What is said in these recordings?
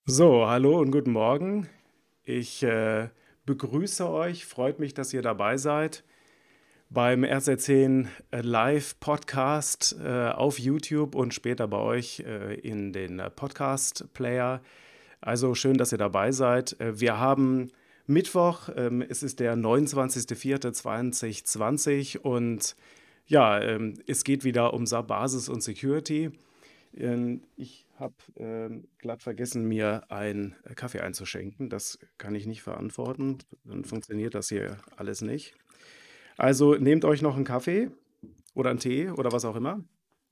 So, hallo und guten Morgen. Ich begrüße euch, freut mich, dass ihr dabei seid beim RZ10 Live Podcast auf YouTube und später bei euch in den Podcast Player. Also schön, dass ihr dabei seid. Wir haben Mittwoch, es ist der 29.04.2020 und ja, es geht wieder um SAP Basis und Security. Ich habe glatt vergessen, mir einen Kaffee einzuschenken. Das kann ich nicht verantworten. Dann funktioniert das hier alles nicht. Also nehmt euch noch einen Kaffee oder einen Tee oder was auch immer.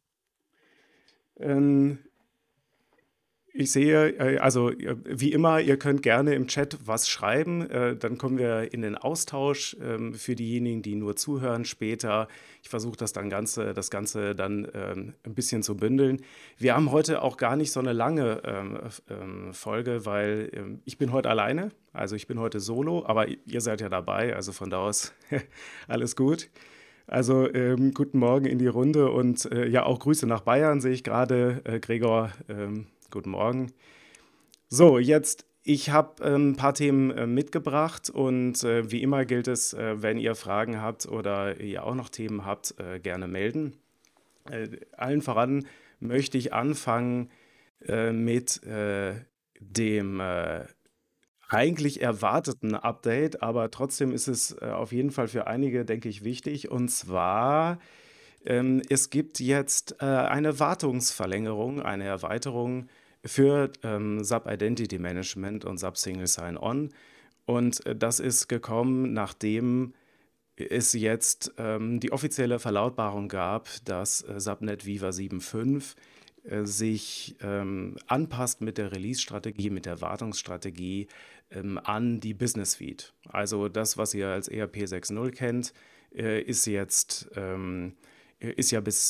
Ähm, Ich sehe, also wie immer, ihr könnt gerne im Chat was schreiben, dann kommen wir in den Austausch für diejenigen, die nur zuhören später. Ich versuche das Ganze dann ein bisschen zu bündeln. Wir haben heute auch gar nicht so eine lange Folge, weil ich bin heute alleine, also ich bin heute solo, aber ihr seid ja dabei, also von da aus alles gut. Also guten Morgen in die Runde und ja, auch Grüße nach Bayern sehe ich gerade. Gregor, guten Morgen. So, jetzt, ich habe ein paar Themen mitgebracht und wie immer gilt es, wenn ihr Fragen habt oder ihr auch noch Themen habt, gerne melden. Allen voran möchte ich anfangen mit dem eigentlich erwarteten Update, aber trotzdem ist es auf jeden Fall für einige, denke ich, wichtig. Und zwar, es gibt jetzt eine Wartungsverlängerung, eine Erweiterung für SAP Identity Management und SAP Single Sign-On. Und das ist gekommen, nachdem es jetzt die offizielle Verlautbarung gab, dass SAP NetWeaver 7.5 sich anpasst mit der Release-Strategie, mit der Wartungsstrategie an die Business Suite. Also das, was ihr als ERP 6.0 kennt, ist jetzt ist ja bis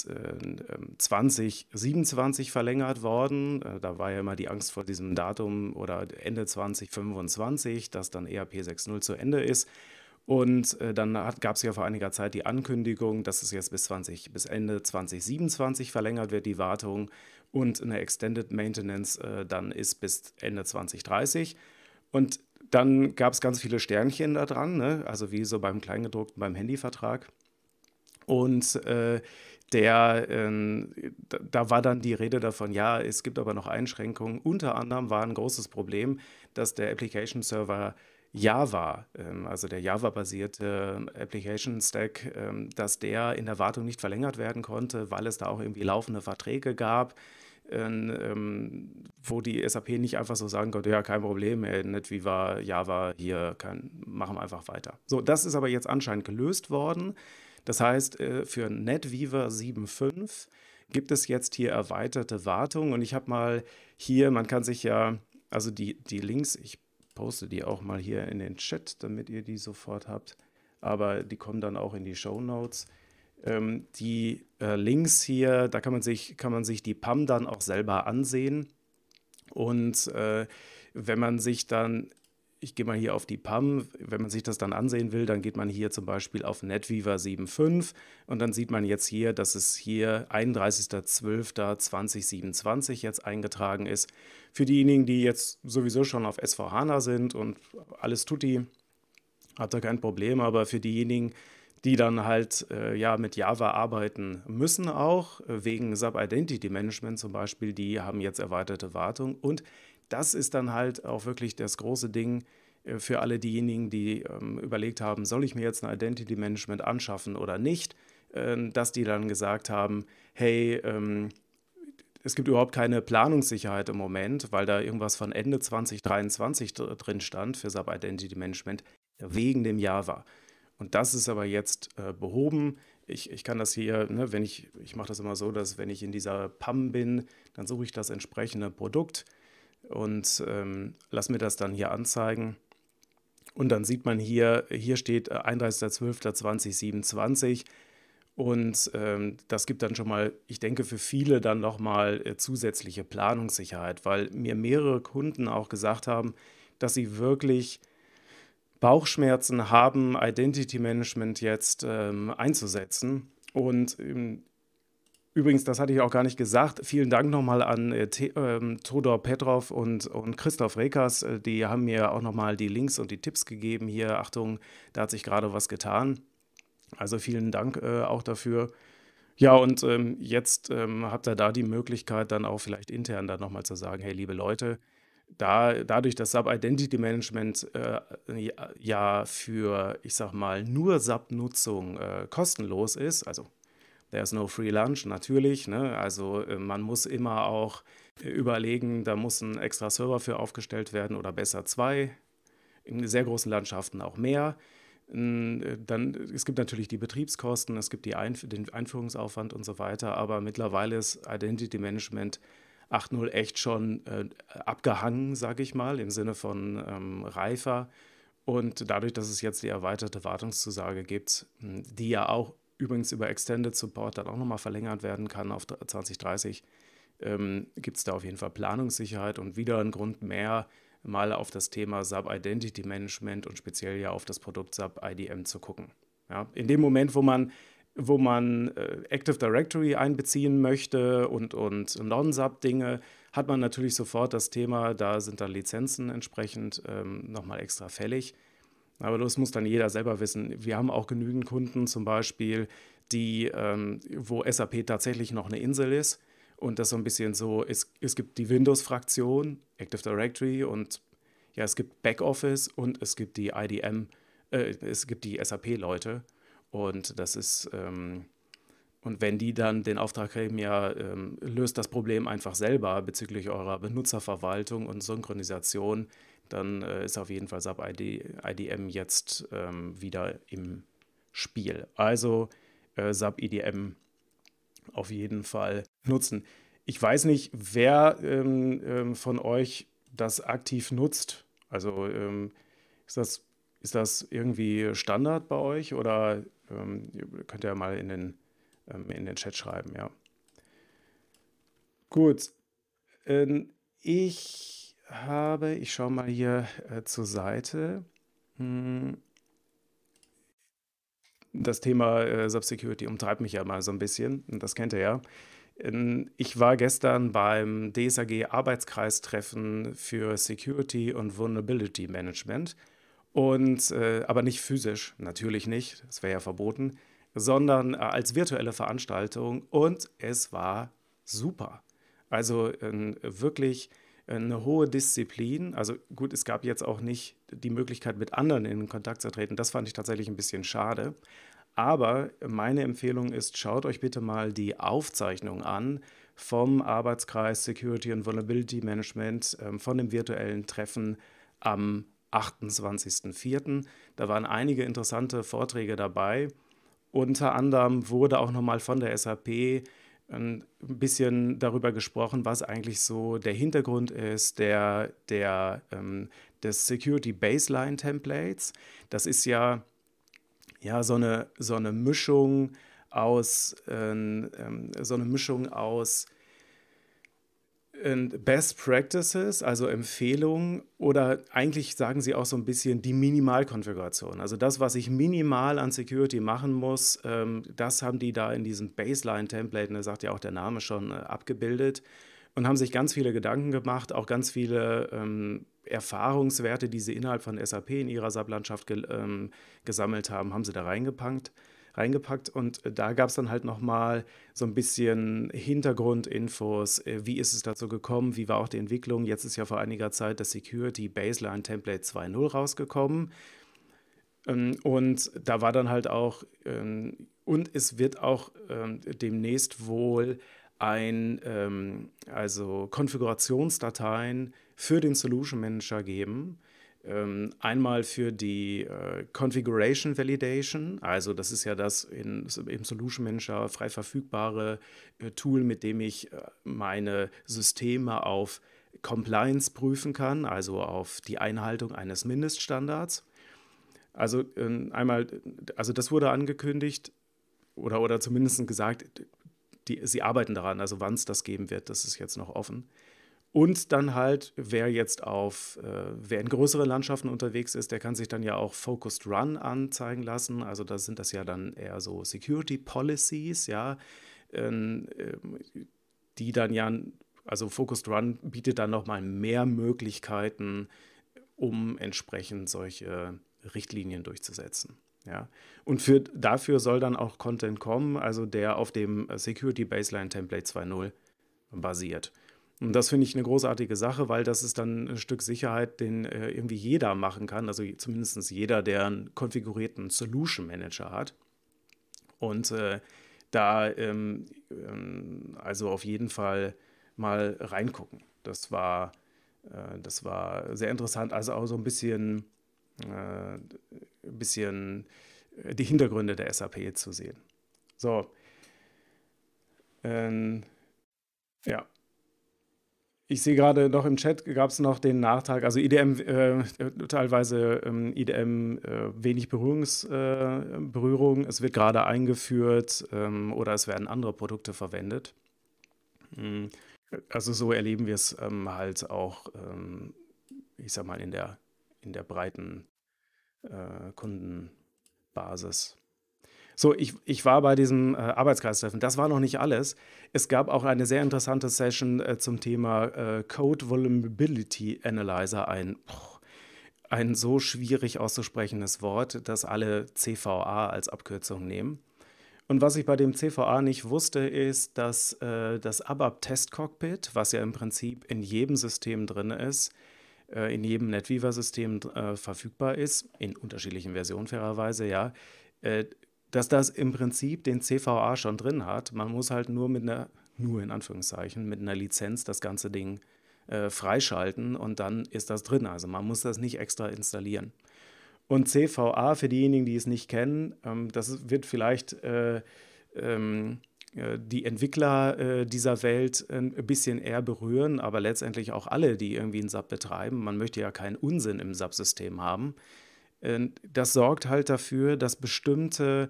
2027 verlängert worden. Da war ja immer die Angst vor diesem Datum oder Ende 2025, dass dann ERP 6.0 zu Ende ist. Und dann gab es ja vor einiger Zeit die Ankündigung, dass es jetzt bis Ende 2027 verlängert wird, die Wartung. Und eine Extended Maintenance dann ist bis Ende 2030. Und dann gab es ganz viele Sternchen da dran, ne? Also wie so beim Kleingedruckten, beim Handyvertrag. Und da war dann die Rede davon, ja, es gibt aber noch Einschränkungen. Unter anderem war ein großes Problem, dass der Application Server Java, also der Java-basierte Application Stack, dass der in der Wartung nicht verlängert werden konnte, weil es da auch irgendwie laufende Verträge gab, wo die SAP nicht einfach so sagen konnte, ja, kein Problem, NetWeaver, Java, hier machen wir einfach weiter. So, das ist aber jetzt anscheinend gelöst worden. Das heißt, für NetWeaver 7.5 gibt es jetzt hier erweiterte Wartung und ich habe mal hier, man kann sich ja, also die Links, ich poste die auch mal hier in den Chat, damit ihr die sofort habt, aber die kommen dann auch in die Show Notes. Die Links hier, da kann man sich die PAM dann auch selber ansehen und wenn man sich dann, ich gehe mal hier auf die PAM, wenn man sich das dann ansehen will, dann geht man hier zum Beispiel auf NetWeaver 7.5 und dann sieht man jetzt hier, dass es hier 31.12.2027 jetzt eingetragen ist. Für diejenigen, die jetzt sowieso schon auf S4HANA sind und alles tutti, hat er kein Problem, aber für diejenigen, die dann halt ja mit Java arbeiten müssen auch, wegen SAP Identity Management zum Beispiel, die haben jetzt erweiterte Wartung und das ist dann halt auch wirklich das große Ding für alle diejenigen, die überlegt haben, soll ich mir jetzt ein Identity Management anschaffen oder nicht, dass die dann gesagt haben, hey, es gibt überhaupt keine Planungssicherheit im Moment, weil da irgendwas von Ende 2023 drin stand für SAP Identity Management wegen dem Java. Und das ist aber jetzt behoben. Ich kann das hier, ne, ich mache das immer so, dass wenn ich in dieser PAM bin, dann suche ich das entsprechende Produkt und lass mir das dann hier anzeigen. Und dann sieht man hier steht 31.12.2027 und das gibt dann schon mal, ich denke, für viele dann nochmal zusätzliche Planungssicherheit, weil mir mehrere Kunden auch gesagt haben, dass sie wirklich Bauchschmerzen haben, Identity Management jetzt einzusetzen. Und Übrigens, das hatte ich auch gar nicht gesagt. Vielen Dank nochmal an Todor Petrov und Christoph Rekas. Die haben mir auch nochmal die Links und die Tipps gegeben. Hier, Achtung, da hat sich gerade was getan. Also vielen Dank auch dafür. Ja, und jetzt habt ihr da die Möglichkeit, dann auch vielleicht intern dann nochmal zu sagen, hey, liebe Leute, dadurch, dass Sub-Identity Management ja für, ich sag mal, nur Sub-Nutzung kostenlos ist, also there's no free lunch, natürlich, ne? Also man muss immer auch überlegen, da muss ein extra Server für aufgestellt werden oder besser zwei, in sehr großen Landschaften auch mehr. Dann, es gibt natürlich die Betriebskosten, es gibt den Einführungsaufwand und so weiter, aber mittlerweile ist Identity Management 8.0 echt schon abgehangen, sage ich mal, im Sinne von reifer. Und dadurch, dass es jetzt die erweiterte Wartungszusage gibt, die ja auch übrigens über Extended Support dann auch nochmal verlängert werden kann auf 2030, gibt es da auf jeden Fall Planungssicherheit und wieder einen Grund mehr, mal auf das Thema Sub-Identity Management und speziell ja auf das Produkt Sub-IDM zu gucken. Ja, in dem Moment, wo man Active Directory einbeziehen möchte und Non-Sub-Dinge, hat man natürlich sofort das Thema, da sind dann Lizenzen entsprechend nochmal extra fällig. Aber das muss dann jeder selber wissen. Wir haben auch genügend Kunden zum Beispiel, wo SAP tatsächlich noch eine Insel ist und das so ein bisschen so, es gibt die Windows-Fraktion, Active Directory und ja, es gibt Backoffice und es gibt die IDM, es gibt die SAP-Leute und das ist, und wenn die dann den Auftrag kriegen, ja, löst das Problem einfach selber bezüglich eurer Benutzerverwaltung und Synchronisation, dann ist auf jeden Fall SAP IDM jetzt wieder im Spiel. Also SAP IDM auf jeden Fall nutzen. Ich weiß nicht, wer von euch das aktiv nutzt. Also ist das irgendwie Standard bei euch oder könnt ihr mal in den Chat schreiben, ja. Gut, ich schaue mal hier zur Seite. Hm, Das Thema Subsecurity umtreibt mich ja mal so ein bisschen, und das kennt ihr ja. Ich war gestern beim DSAG Arbeitskreistreffen für Security und Vulnerability Management und aber nicht physisch, natürlich nicht, das wäre ja verboten, sondern als virtuelle Veranstaltung und es war super. Also wirklich eine hohe Disziplin. Also gut, es gab jetzt auch nicht die Möglichkeit, mit anderen in Kontakt zu treten. Das fand ich tatsächlich ein bisschen schade. Aber meine Empfehlung ist, schaut euch bitte mal die Aufzeichnung an vom Arbeitskreis Security und Vulnerability Management von dem virtuellen Treffen am 28.04. Da waren einige interessante Vorträge dabei. Unter anderem wurde auch nochmal von der SAP ein bisschen darüber gesprochen, was eigentlich so der Hintergrund ist des Security Baseline Templates. Das ist ja so eine Mischung aus Best Practices, also Empfehlungen, oder eigentlich sagen sie auch so ein bisschen die Minimalkonfiguration. Also das, was ich minimal an Security machen muss, das haben die da in diesem Baseline-Template, und da sagt ja auch der Name schon, abgebildet und haben sich ganz viele Gedanken gemacht, auch ganz viele Erfahrungswerte, die sie innerhalb von SAP in ihrer SAP-Landschaft gesammelt haben sie da reingepackt und da gab es dann halt nochmal so ein bisschen Hintergrundinfos, wie ist es dazu gekommen, wie war auch die Entwicklung. Jetzt ist ja vor einiger Zeit das Security Baseline Template 2.0 rausgekommen und da war dann halt auch, und es wird auch demnächst wohl also Konfigurationsdateien für den Solution Manager geben. Einmal für die Configuration Validation, also das ist ja das im Solution Manager frei verfügbare Tool, mit dem ich meine Systeme auf Compliance prüfen kann, also auf die Einhaltung eines Mindeststandards. Also also das wurde angekündigt oder zumindest gesagt, sie arbeiten daran, also wann es das geben wird, das ist jetzt noch offen. Und dann halt, wer in größeren Landschaften unterwegs ist, der kann sich dann ja auch Focused Run anzeigen lassen. Also da sind das ja dann eher so Security Policies, ja, die dann ja, also Focused Run bietet dann nochmal mehr Möglichkeiten, um entsprechend solche Richtlinien durchzusetzen. Ja. Und dafür soll dann auch Content kommen, also der auf dem Security Baseline Template 2.0 basiert. Und das finde ich eine großartige Sache, weil das ist dann ein Stück Sicherheit, den irgendwie jeder machen kann, also zumindest jeder, der einen konfigurierten Solution Manager hat. Und da also auf jeden Fall mal reingucken. Das war sehr interessant, also auch so ein bisschen die Hintergründe der SAP zu sehen. So, ähm, ja. Ich sehe gerade noch im Chat gab es noch den Nachtrag, also IDM, teilweise IDM wenig Berührung, es wird gerade eingeführt oder es werden andere Produkte verwendet. Mm, Also so erleben wir es halt auch, ich sag mal, in der breiten Kundenbasis. So, ich war bei diesem Arbeitskreistreffen. Das war noch nicht alles. Es gab auch eine sehr interessante Session zum Thema Code Vulnerability Analyzer, ein so schwierig auszusprechendes Wort, das alle CVA als Abkürzung nehmen. Und was ich bei dem CVA nicht wusste, ist, dass das ABAP Test Cockpit, was ja im Prinzip in jedem System drin ist, in jedem NetWeaver-System verfügbar ist, in unterschiedlichen Versionen fairerweise, ja, äh, dass das im Prinzip den CVA schon drin hat. Man muss halt nur in Anführungszeichen, mit einer Lizenz das ganze Ding freischalten und dann ist das drin. Also man muss das nicht extra installieren. Und CVA, für diejenigen, die es nicht kennen, das wird vielleicht die Entwickler dieser Welt ein bisschen eher berühren, aber letztendlich auch alle, die irgendwie ein SAP betreiben. Man möchte ja keinen Unsinn im SAP-System haben. Das sorgt halt dafür, dass bestimmte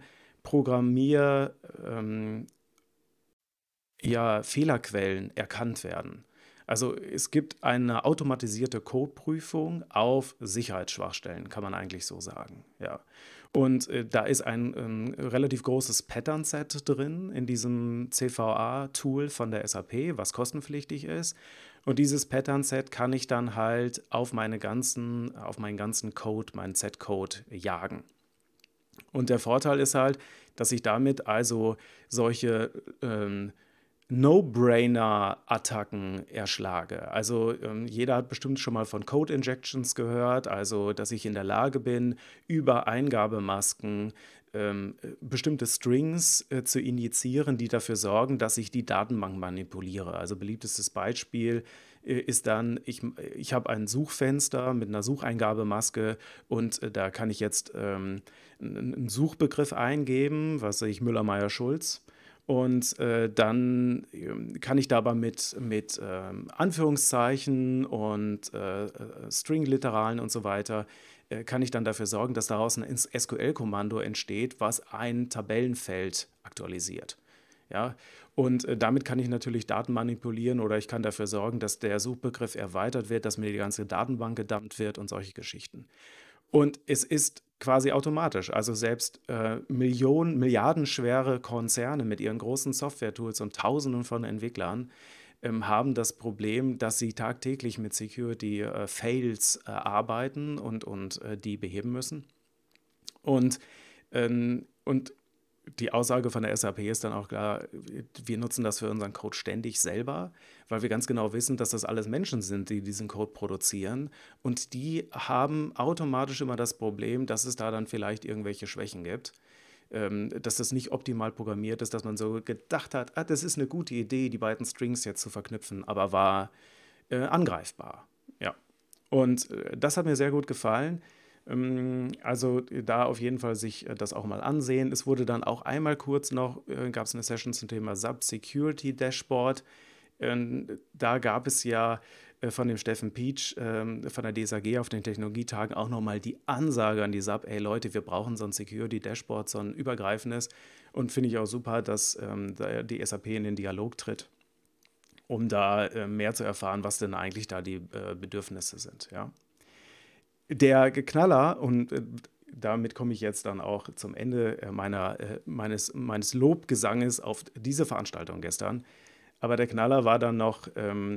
ja, Fehlerquellen erkannt werden. Also es gibt eine automatisierte Codeprüfung auf Sicherheitsschwachstellen, kann man eigentlich so sagen. Ja. Und da ist ein relativ großes Pattern-Set drin in diesem CVA-Tool von der SAP, was kostenpflichtig ist. Und dieses Pattern-Set kann ich dann halt auf meinen ganzen Code, meinen Z-Code jagen. Und der Vorteil ist halt, dass ich damit also solche No-Brainer-Attacken erschlage. Also jeder hat bestimmt schon mal von Code-Injections gehört, also dass ich in der Lage bin, über Eingabemasken bestimmte Strings zu injizieren, die dafür sorgen, dass ich die Datenbank manipuliere. Also beliebtestes Beispiel ist dann, ich habe ein Suchfenster mit einer Sucheingabemaske und da kann ich jetzt einen Suchbegriff eingeben, was weiß ich, Müller-Meyer-Schulz. Und dann kann ich dabei mit Anführungszeichen und String-Literalen und so weiter, kann ich dann dafür sorgen, dass daraus ein SQL-Kommando entsteht, was ein Tabellenfeld aktualisiert. Ja? Und damit kann ich natürlich Daten manipulieren oder ich kann dafür sorgen, dass der Suchbegriff erweitert wird, dass mir die ganze Datenbank gedumpt wird und solche Geschichten. Und es ist quasi automatisch. Also selbst milliardenschwere Konzerne mit ihren großen Software-Tools und Tausenden von Entwicklern haben das Problem, dass sie tagtäglich mit Security-Fails arbeiten und die beheben müssen. Und die Aussage von der SAP ist dann auch klar, wir nutzen das für unseren Code ständig selber, weil wir ganz genau wissen, dass das alles Menschen sind, die diesen Code produzieren. Und die haben automatisch immer das Problem, dass es da dann vielleicht irgendwelche Schwächen gibt, dass das nicht optimal programmiert ist, dass man so gedacht hat, das ist eine gute Idee, die beiden Strings jetzt zu verknüpfen, aber war angreifbar. Ja. Und das hat mir sehr gut gefallen. Also da auf jeden Fall sich das auch mal ansehen. Es wurde dann auch einmal kurz noch, gab es eine Session zum Thema SAP Security Dashboard. Da gab es ja von dem Steffen Pietsch von der DSAG auf den Technologietagen auch nochmal die Ansage an die SAP, ey Leute, wir brauchen so ein Security Dashboard, so ein übergreifendes. Und finde ich auch super, dass da die SAP in den Dialog tritt, um da mehr zu erfahren, was denn eigentlich da die Bedürfnisse sind. Ja. Der Knaller, und damit komme ich jetzt dann auch zum Ende meines Lobgesanges auf diese Veranstaltung gestern. Aber der Knaller war dann noch,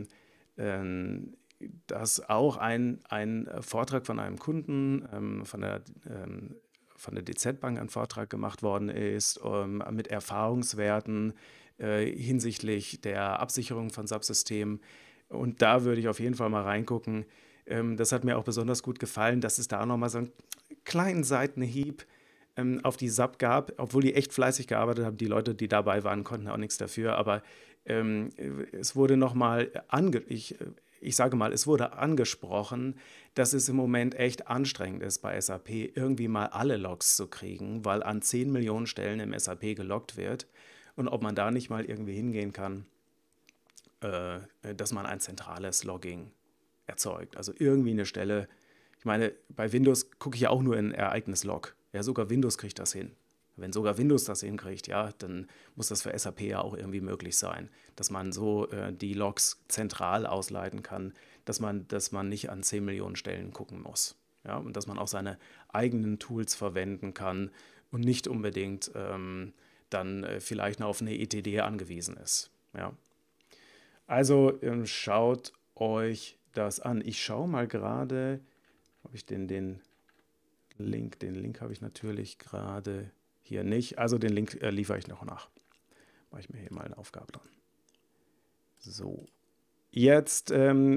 dass auch ein Vortrag von einem Kunden von der DZ Bank ein Vortrag gemacht worden ist, mit Erfahrungswerten hinsichtlich der Absicherung von Subsystemen. Und da würde ich auf jeden Fall mal reingucken. Das hat mir auch besonders gut gefallen, dass es da auch nochmal so einen kleinen Seitenhieb auf die SAP gab, obwohl die echt fleißig gearbeitet haben. Die Leute, die dabei waren, konnten auch nichts dafür. Aber es wurde nochmal ich sage mal, es wurde angesprochen, dass es im Moment echt anstrengend ist, bei SAP irgendwie mal alle Logs zu kriegen, weil an 10 Millionen Stellen im SAP geloggt wird. Und ob man da nicht mal irgendwie hingehen kann, dass man ein zentrales Logging erzeugt. Also irgendwie eine Stelle. Ich meine, bei Windows gucke ich ja auch nur in Ereignislog. Ja, sogar Windows kriegt das hin. Wenn sogar Windows das hinkriegt, ja, dann muss das für SAP ja auch irgendwie möglich sein, dass man so die Logs zentral ausleiten kann, dass man nicht an 10 Millionen Stellen gucken muss. Ja, und dass man auch seine eigenen Tools verwenden kann und nicht unbedingt dann vielleicht noch auf eine ETD angewiesen ist. Ja. Also schaut euch das an. Ich schaue mal gerade, ob ich den Link habe ich natürlich gerade hier nicht. Also den Link liefere ich noch nach. Mache ich mir hier mal eine Aufgabe dran. So, jetzt,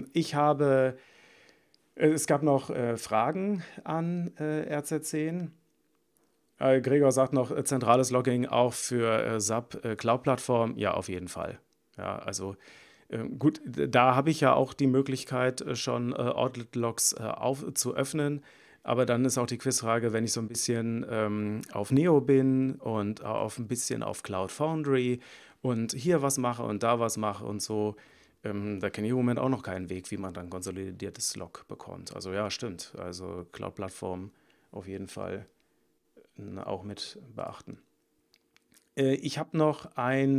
es gab noch Fragen an RZ10. Gregor sagt noch, zentrales Logging auch für SAP Cloud-Plattform. Ja, auf jeden Fall. Ja, also gut, da habe ich ja auch die Möglichkeit, schon Audit-Logs zu öffnen. Aber dann ist auch die Quizfrage, wenn ich so ein bisschen auf Neo bin und auf ein bisschen auf Cloud Foundry und hier was mache und da was mache und so, da kenne ich im Moment auch noch keinen Weg, wie man dann konsolidiertes Log bekommt. Also ja, stimmt. Also Cloud-Plattform auf jeden Fall auch mit beachten. Ich habe noch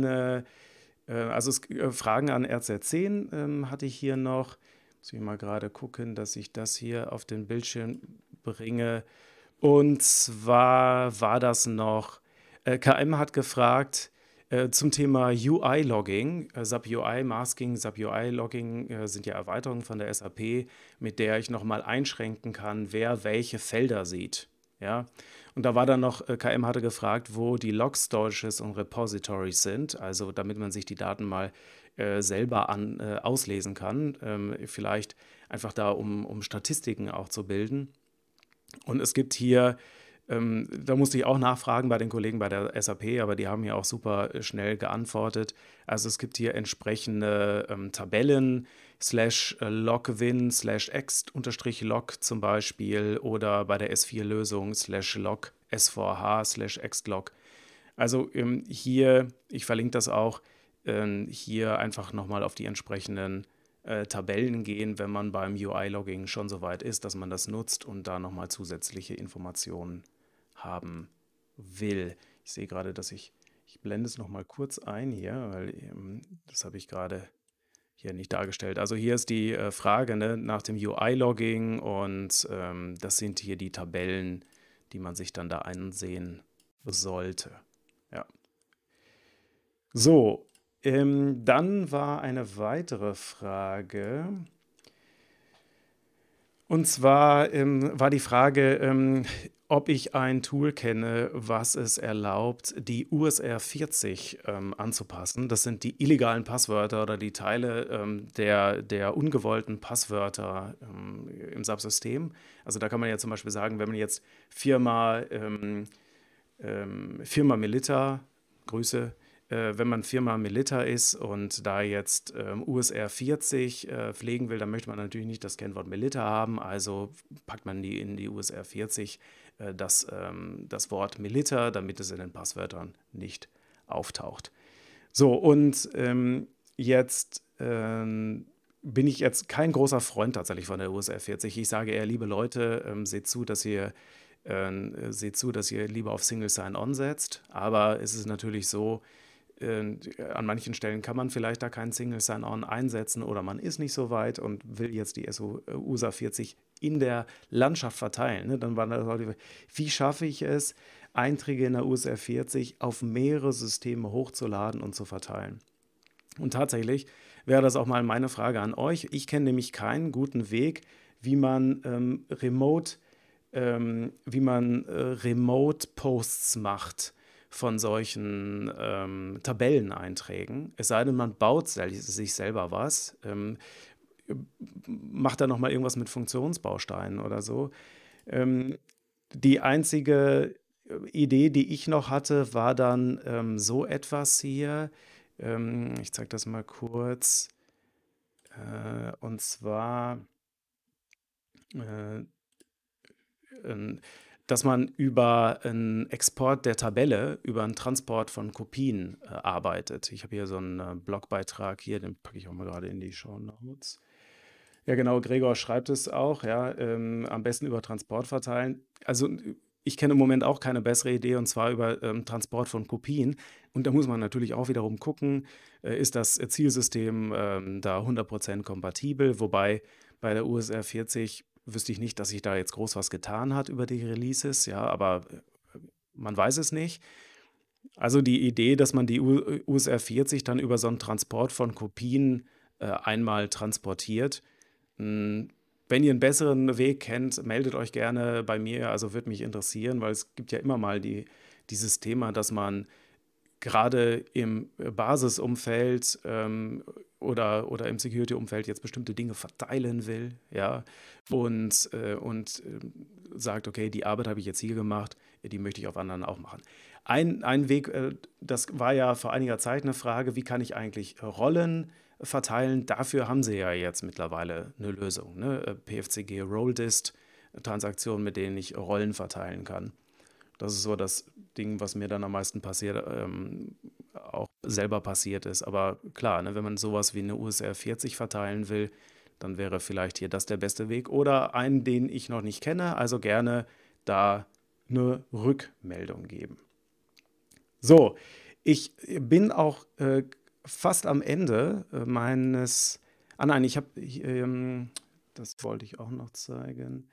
Fragen an RZ10 hatte ich hier noch. Muss ich mal gerade gucken, dass ich das hier auf den Bildschirm bringe. Und zwar war das noch, KM hat gefragt zum Thema UI-Logging. SAP UI-Masking, SAP UI-Logging sind ja Erweiterungen von der SAP, mit der ich nochmal einschränken kann, wer welche Felder sieht. Ja? Und da war dann noch, KM hatte gefragt, wo die Log-Storages und Repositories sind, also damit man sich die Daten mal selber auslesen kann, vielleicht einfach da, um Statistiken auch zu bilden. Und es gibt hier, da musste ich auch nachfragen bei den Kollegen bei der SAP, aber die haben hier auch super schnell geantwortet. Also es gibt hier entsprechende Tabellen, /logwin /ext_log zum Beispiel oder bei der S4-Lösung /log s4h /extlog. Also hier, ich verlinke das auch, hier einfach nochmal auf die entsprechenden Tabellen gehen, wenn man beim UI-Logging schon so weit ist, dass man das nutzt und da nochmal zusätzliche Informationen haben will. Ich sehe gerade, dass ich blende es nochmal kurz ein hier, weil das habe ich gerade hier nicht dargestellt. Also hier ist die Frage nach dem UI-Logging und das sind hier die Tabellen, die man sich dann da einsehen sollte. Ja. So, dann war eine weitere Frage. Und zwar war die Frage, ob ich ein Tool kenne, was es erlaubt, die USR 40 anzupassen. Das sind die illegalen Passwörter oder die Teile der ungewollten Passwörter im Subsystem. Also da kann man ja zum Beispiel sagen, wenn man jetzt Firma Melitta, Grüße, wenn man Firma Melitta ist und da jetzt USR 40 pflegen will, dann möchte man natürlich nicht das Kennwort Melitta haben, also packt man in die USR 40 das Wort Melitta, damit es in den Passwörtern nicht auftaucht. So, und jetzt bin ich jetzt kein großer Freund tatsächlich von der USR 40. Ich sage eher, liebe Leute, seht zu, dass ihr lieber auf Single Sign-On setzt. Aber es ist natürlich so, An manchen Stellen kann man vielleicht da keinen Single Sign-On einsetzen oder man ist nicht so weit und will jetzt die USA 40 in der Landschaft verteilen. Ne? Dann war das auch wie schaffe ich es, Einträge in der USA 40 auf mehrere Systeme hochzuladen und zu verteilen? Und tatsächlich wäre das auch mal meine Frage an euch. Ich kenne nämlich keinen guten Weg, wie man Remote-Posts macht von solchen Tabelleneinträgen. Es sei denn, man baut sich selber was, macht da nochmal irgendwas mit Funktionsbausteinen oder so. Ähm, die einzige Idee, die ich noch hatte, war dann so etwas hier. Ich zeige das mal kurz. Und zwar, äh, ähm, dass man über einen Export der Tabelle, über einen Transport von Kopien arbeitet. Ich habe hier so einen Blogbeitrag hier, den packe ich auch mal gerade in die Shownotes. Ja, genau, Gregor schreibt es auch, ja, am besten über Transport verteilen. Also ich kenne im Moment auch keine bessere Idee, und zwar über Transport von Kopien. Und da muss man natürlich auch wiederum gucken, ist das Zielsystem da 100% kompatibel, wobei bei der USR 40 wüsste ich nicht, dass sich da jetzt groß was getan hat über die Releases, ja, aber man weiß es nicht. Also die Idee, dass man die USR 40 dann über so einen Transport von Kopien einmal transportiert. Wenn ihr einen besseren Weg kennt, meldet euch gerne bei mir. Also würde mich interessieren, weil es gibt ja immer mal dieses Thema, dass man gerade im Basisumfeld oder im Security-Umfeld jetzt bestimmte Dinge verteilen will, ja, und sagt, okay, die Arbeit habe ich jetzt hier gemacht, die möchte ich auf anderen auch machen. Ein Weg, das war ja vor einiger Zeit eine Frage, wie kann ich eigentlich Rollen verteilen? Dafür haben sie ja jetzt mittlerweile eine Lösung, ne? PFCG Role-Dist, Transaktionen, mit denen ich Rollen verteilen kann. Das ist so das Ding, was mir dann am meisten auch selber passiert ist. Aber klar, ne, wenn man sowas wie eine USR 40 verteilen will, dann wäre vielleicht hier das der beste Weg. Oder einen, den ich noch nicht kenne, also gerne da eine Rückmeldung geben. So, ich bin auch fast am Ende meines. Ah nein, das wollte ich auch noch zeigen.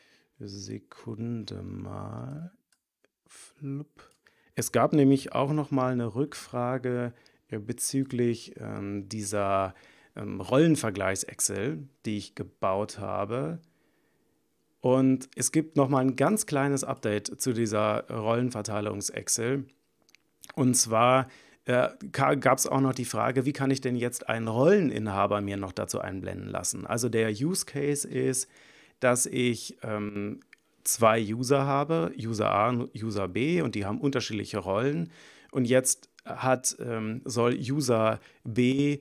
Sekunde mal. Flupp. Es gab nämlich auch noch mal eine Rückfrage bezüglich dieser Rollenvergleichs-Excel, die ich gebaut habe. Und es gibt noch mal ein ganz kleines Update zu dieser Rollenverteilungs-Excel. Und zwar gab es auch noch die Frage, wie kann ich denn jetzt einen Rolleninhaber mir noch dazu einblenden lassen? Also der Use Case ist, dass ich zwei User habe, User A und User B, und die haben unterschiedliche Rollen. Und jetzt soll User B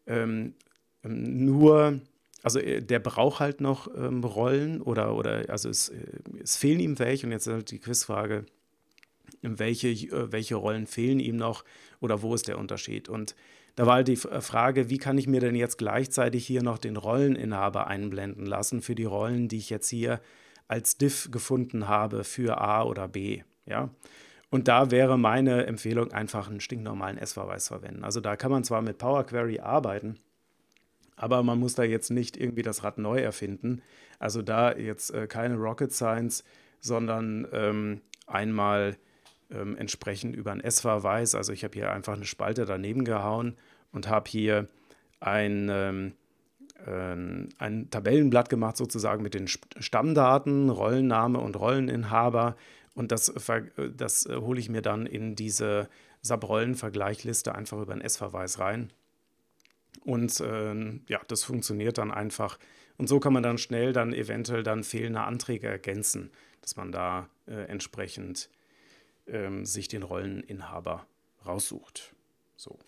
nur, also der braucht halt noch Rollen also es fehlen ihm welche. Und jetzt ist halt die Quizfrage, welche Rollen fehlen ihm noch oder wo ist der Unterschied? Und da war halt die Frage, wie kann ich mir denn jetzt gleichzeitig hier noch den Rolleninhaber einblenden lassen für die Rollen, die ich jetzt hier als Diff gefunden habe für A oder B, ja? Und da wäre meine Empfehlung, einfach einen stinknormalen S-Verweis verwenden. Also da kann man zwar mit Power Query arbeiten, aber man muss da jetzt nicht irgendwie das Rad neu erfinden. Also da jetzt keine Rocket Science, sondern einmal entsprechend über einen S-Verweis. Also ich habe hier einfach eine Spalte daneben gehauen und habe hier ein Tabellenblatt gemacht, sozusagen mit den Stammdaten, Rollenname und Rolleninhaber. Und das hole ich mir dann in diese SAP-Rollen-Vergleichliste einfach über einen S-Verweis rein. Und ja, das funktioniert dann einfach. Und so kann man dann schnell dann eventuell dann fehlende Anträge ergänzen, dass man da entsprechend sich den Rolleninhaber raussucht. So.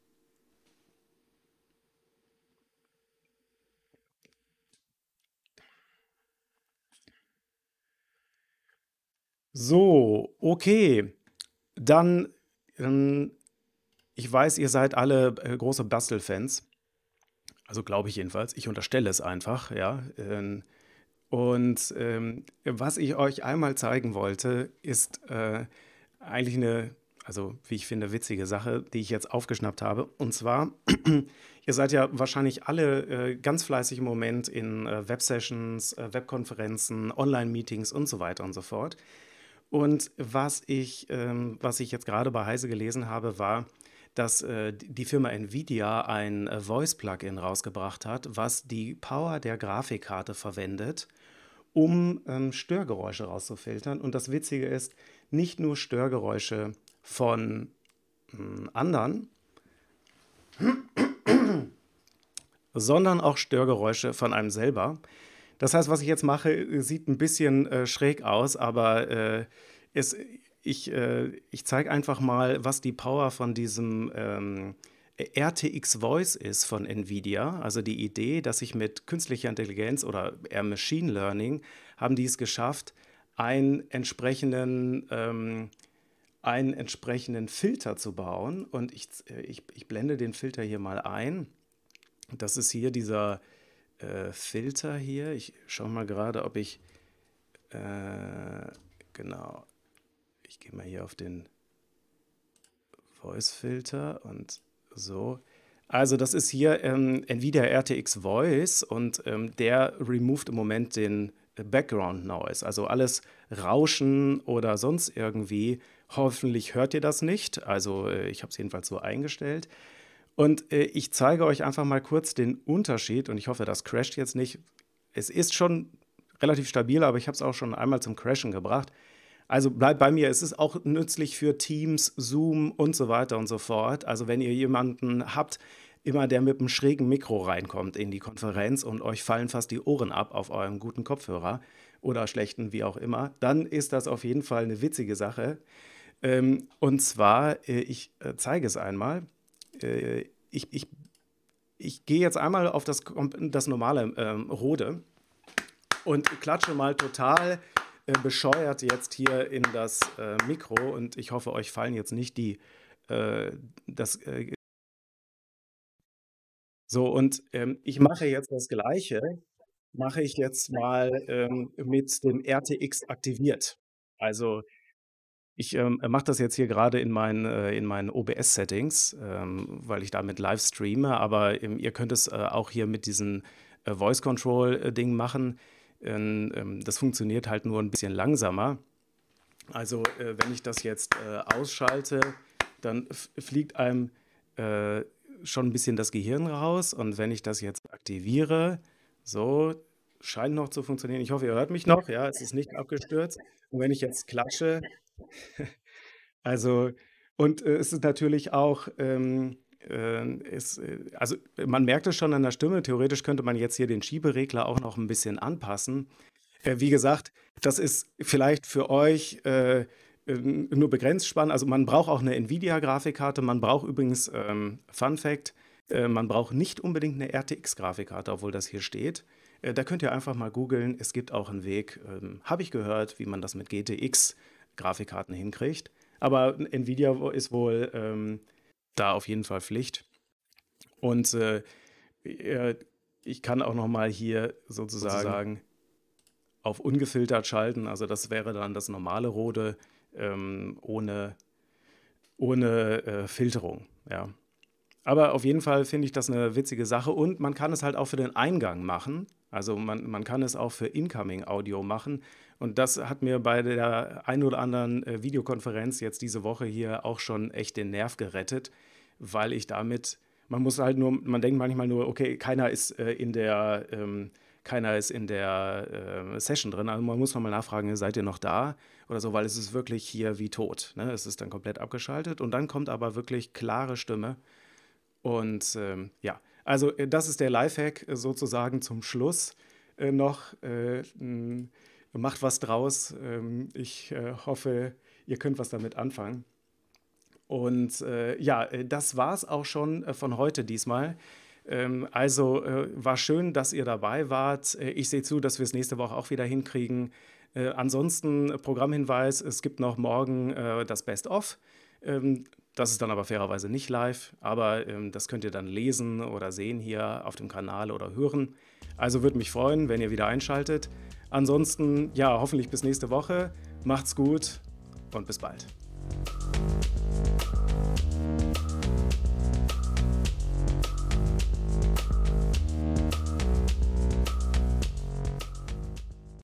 So, okay. Dann, ich weiß, ihr seid alle große Bastelfans. Also glaube ich jedenfalls. Ich unterstelle es einfach, ja. Was ich euch einmal zeigen wollte, ist eigentlich also wie ich finde, witzige Sache, die ich jetzt aufgeschnappt habe. Und zwar, ihr seid ja wahrscheinlich alle ganz fleißig im Moment in Websessions, Webkonferenzen, Online-Meetings und so weiter und so fort. Und was ich jetzt gerade bei Heise gelesen habe, war, dass die Firma Nvidia ein Voice-Plugin rausgebracht hat, was die Power der Grafikkarte verwendet, um Störgeräusche rauszufiltern. Und das Witzige ist, nicht nur Störgeräusche von anderen, sondern auch Störgeräusche von einem selber. Das heißt, was ich jetzt mache, sieht ein bisschen schräg aus, aber es, ich zeige einfach mal, was die Power von diesem RTX Voice ist von Nvidia. Also die Idee, dass ich mit künstlicher Intelligenz oder eher Machine Learning haben die es geschafft, einen einen entsprechenden Filter zu bauen. Und ich blende den Filter hier mal ein. Das ist hier dieser Filter hier. Ich schaue mal gerade, ob ich, genau, ich gehe mal hier auf den Voice-Filter und so. Also das ist hier Nvidia RTX Voice und der removed im Moment den Background Noise, also alles Rauschen oder sonst irgendwie. Hoffentlich hört ihr das nicht. Also ich habe es jedenfalls so eingestellt. Und ich zeige euch einfach mal kurz den Unterschied und ich hoffe, das crasht jetzt nicht. Es ist schon relativ stabil, aber ich habe es auch schon einmal zum Crashen gebracht. Also bleibt bei mir, es ist auch nützlich für Teams, Zoom und so weiter und so fort. Also wenn ihr jemanden habt, immer der mit einem schrägen Mikro reinkommt in die Konferenz und euch fallen fast die Ohren ab auf eurem guten Kopfhörer oder schlechten, wie auch immer, dann ist das auf jeden Fall eine witzige Sache. Und zwar, ich zeige es einmal. Äh, ich, ich, ich gehe jetzt einmal auf das normale Rode und klatsche mal total bescheuert jetzt hier in das Mikro und ich hoffe, euch fallen jetzt nicht äh, das. So, und ich mache jetzt das Gleiche, mache ich jetzt mal mit dem RTX aktiviert. Also ich mache das jetzt hier gerade in meinen OBS-Settings, weil ich damit live streame, aber ihr könnt es auch hier mit diesem Voice-Control-Ding machen. Das funktioniert halt nur ein bisschen langsamer. Also wenn ich das jetzt ausschalte, dann fliegt einem äh, schon ein bisschen das Gehirn raus. Und wenn ich das jetzt aktiviere, so scheint noch zu funktionieren. Ich hoffe, ihr hört mich noch. Ja, es ist nicht abgestürzt. Und wenn ich jetzt klatsche, also, und es ist natürlich auch, also man merkt es schon an der Stimme, theoretisch könnte man jetzt hier den Schieberegler auch noch ein bisschen anpassen. Wie gesagt, das ist vielleicht für euch nur begrenzt spannend. Also man braucht auch eine Nvidia-Grafikkarte. Man braucht übrigens, Fun Fact, man braucht nicht unbedingt eine RTX-Grafikkarte, obwohl das hier steht. Da könnt ihr einfach mal googeln. Es gibt auch einen Weg, habe ich gehört, wie man das mit GTX-Grafikkarten hinkriegt. Aber Nvidia ist wohl da auf jeden Fall Pflicht. Und äh, ich kann auch noch mal hier sozusagen auf ungefiltert schalten. Also das wäre dann das normale Rode ohne, ohne Filterung. Ja. Aber auf jeden Fall finde ich das eine witzige Sache und man kann es halt auch für den Eingang machen. Also man kann es auch für Incoming-Audio machen. Und das hat mir bei der ein oder anderen Videokonferenz jetzt diese Woche hier auch schon echt den Nerv gerettet, weil ich damit, man muss halt nur, man denkt manchmal nur, okay, keiner ist in der Session drin. Also man muss nochmal nachfragen, seid ihr noch da oder so, weil es ist wirklich hier wie tot. Ne? Es ist dann komplett abgeschaltet und dann kommt aber wirklich klare Stimme. Und ja, also das ist der Lifehack sozusagen zum Schluss noch. Macht was draus. Ich hoffe, ihr könnt was damit anfangen. Und ja, das war es auch schon von heute diesmal. Also war schön, dass ihr dabei wart. Ich sehe zu, dass wir es nächste Woche auch wieder hinkriegen. Ansonsten Programmhinweis, es gibt noch morgen das Best-of. Das ist dann aber fairerweise nicht live, aber das könnt ihr dann lesen oder sehen hier auf dem Kanal oder hören. Also würde mich freuen, wenn ihr wieder einschaltet. Ansonsten, ja, hoffentlich bis nächste Woche. Macht's gut und bis bald.